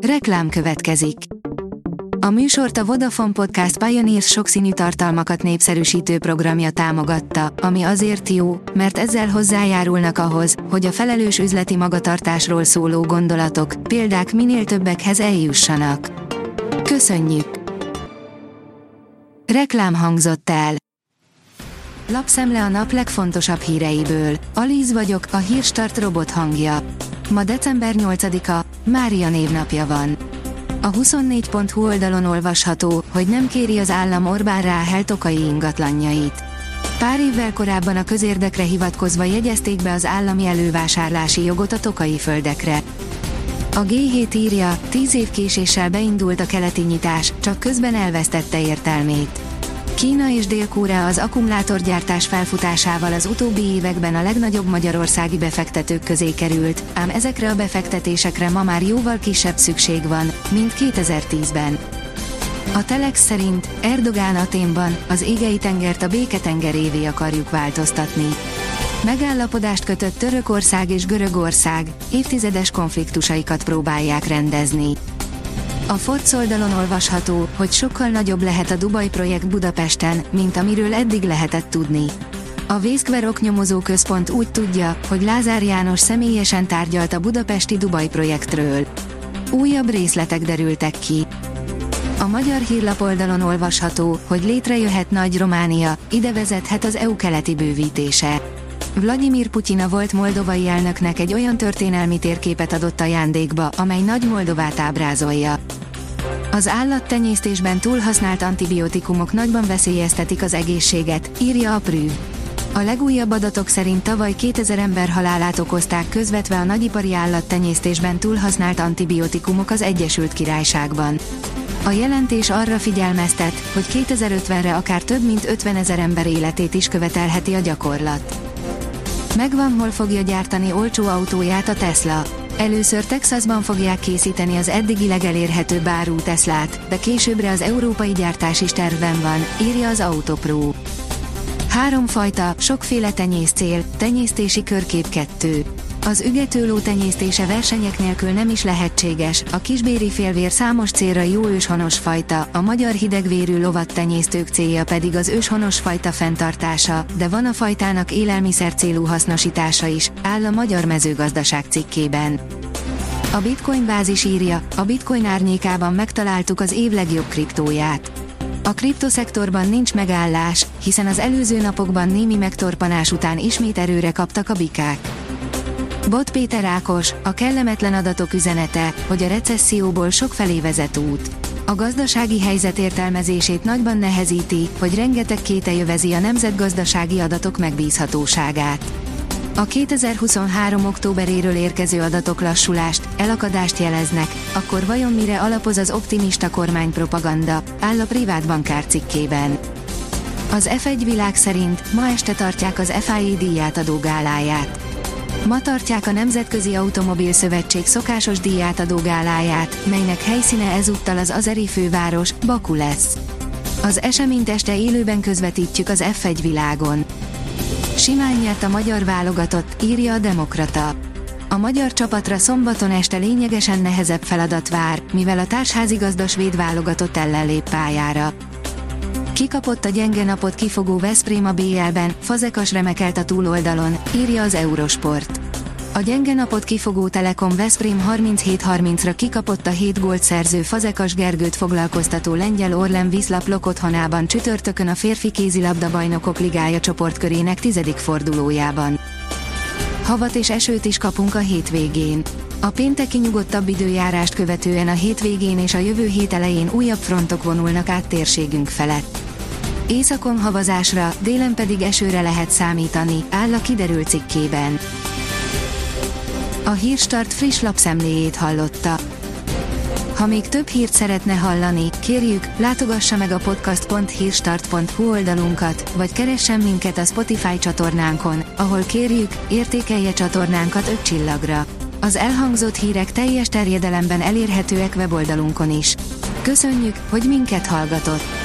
Reklám következik. A műsort a Vodafone Podcast Pioneers sokszínű tartalmakat népszerűsítő programja támogatta, ami azért jó, mert ezzel hozzájárulnak ahhoz, hogy a felelős üzleti magatartásról szóló gondolatok, példák minél többekhez eljussanak. Köszönjük! Reklám hangzott el. Lapszemle a nap legfontosabb híreiből. Alíz vagyok, a Hírstart robot hangja. Ma december 8-a, Mária névnapja van. A 24.hu oldalon olvasható, hogy nem kéri az állam Orbán Ráhel tokaji ingatlanjait. Pár évvel korábban a közérdekre hivatkozva jegyezték be az állami elővásárlási jogot a tokaji földekre. A G7 írja, 10 év késéssel beindult a keleti nyitás, csak közben elvesztette értelmét. Kína és Dél-Korea az akkumulátorgyártás felfutásával az utóbbi években a legnagyobb magyarországi befektetők közé került, ám ezekre a befektetésekre ma már jóval kisebb szükség van, mint 2010-ben. A Telex szerint Erdogán Athénban az égei tengert a béketengerévé akarjuk változtatni. Megállapodást kötött Törökország és Görögország, évtizedes konfliktusaikat próbálják rendezni. A Forbes oldalon olvasható, hogy sokkal nagyobb lehet a Dubai projekt Budapesten, mint amiről eddig lehetett tudni. A V-Square oknyomozó központ úgy tudja, hogy Lázár János személyesen tárgyalt a budapesti Dubai projektről. Újabb részletek derültek ki. A Magyar Hírlap oldalon olvasható, hogy létrejöhet Nagy Románia, ide vezethet az EU keleti bővítése. Vladimir Putyin a volt moldovai elnöknek egy olyan történelmi térképet adott ajándékba, amely Nagy Moldovát ábrázolja. Az állattenyésztésben túlhasznált antibiotikumok nagyban veszélyeztetik az egészséget, írja a Prüv. A legújabb adatok szerint tavaly 2000 ember halálát okozták közvetve a nagyipari állattenyésztésben túlhasznált antibiotikumok az Egyesült Királyságban. A jelentés arra figyelmeztet, hogy 2050-re akár több mint 50 000 ember életét is követelheti a gyakorlat. Megvan, hol fogja gyártani olcsó autóját a Tesla. Először Texasban fogják készíteni az eddigi elérhetőbb árú Teslát, de későbbre az európai gyártás is tervben van, írja az Autopro. 3 fajta, sokféle tenyészcél, tenyésztési körkép 2. Az ügetőló tenyésztése versenyek nélkül nem is lehetséges, a kisbéri félvér számos célra jó őshonos fajta, a magyar hidegvérű lovat tenyésztők célja pedig az őshonos fajta fenntartása, de van a fajtának élelmiszer célú hasznosítása is, áll a Magyar Mezőgazdaság cikkében. A Bitcoin bázis írja, a Bitcoin árnyékában megtaláltuk az év legjobb kriptóját. A kriptoszektorban nincs megállás, hiszen az előző napokban némi megtorpanás után ismét erőre kaptak a bikák. Bot Péter Ákos, a kellemetlen adatok üzenete, hogy a recesszióból sokfelé vezet út. A gazdasági helyzet értelmezését nagyban nehezíti, hogy rengeteg kételj övezi a nemzetgazdasági adatok megbízhatóságát. A 2023. októberéről érkező adatok lassulást, elakadást jeleznek, akkor vajon mire alapoz az optimista kormánypropaganda, áll a Privát Bankár cikkében. Az F1 világ szerint ma este tartják az FIA díjátadó gáláját. Ma tartják a Nemzetközi Automobil Szövetség szokásos díjátadó gáláját, melynek helyszíne ezúttal az azeri főváros, Baku lesz. Az eseményt este élőben közvetítjük az F1 világon. Simán nyert a magyar válogatott, írja a Demokrata. A magyar csapatra szombaton este lényegesen nehezebb feladat vár, mivel a társházigazda svéd válogatott ellen lép pályára. Kikapott a gyenge napot kifogó Veszprém a BL-ben, Fazekas remekelt a túloldalon, írja az Eurosport. A gyenge napot kifogó Telekom Veszprém 37-30-ra kikapott a 7 gólt szerző Fazekas Gergőt foglalkoztató lengyel Orlen Wisla-Plock otthonában csütörtökön a férfi kézilabda bajnokok ligája csoportkörének 10. fordulójában. Havat és esőt is kapunk a hétvégén. A pénteki nyugodtabb időjárást követően a hétvégén és a jövő hét elején újabb frontok vonulnak át térségünk felett. Északon havazásra, délen pedig esőre lehet számítani, áll a Kiderül cikkében. A Hírstart friss lapszemléjét hallotta. Ha még több hírt szeretne hallani, kérjük, látogassa meg a podcast.hírstart.hu oldalunkat, vagy keressen minket a Spotify csatornánkon, ahol kérjük, értékelje csatornánkat 5 csillagra. Az elhangzott hírek teljes terjedelemben elérhetőek weboldalunkon is. Köszönjük, hogy minket hallgatott!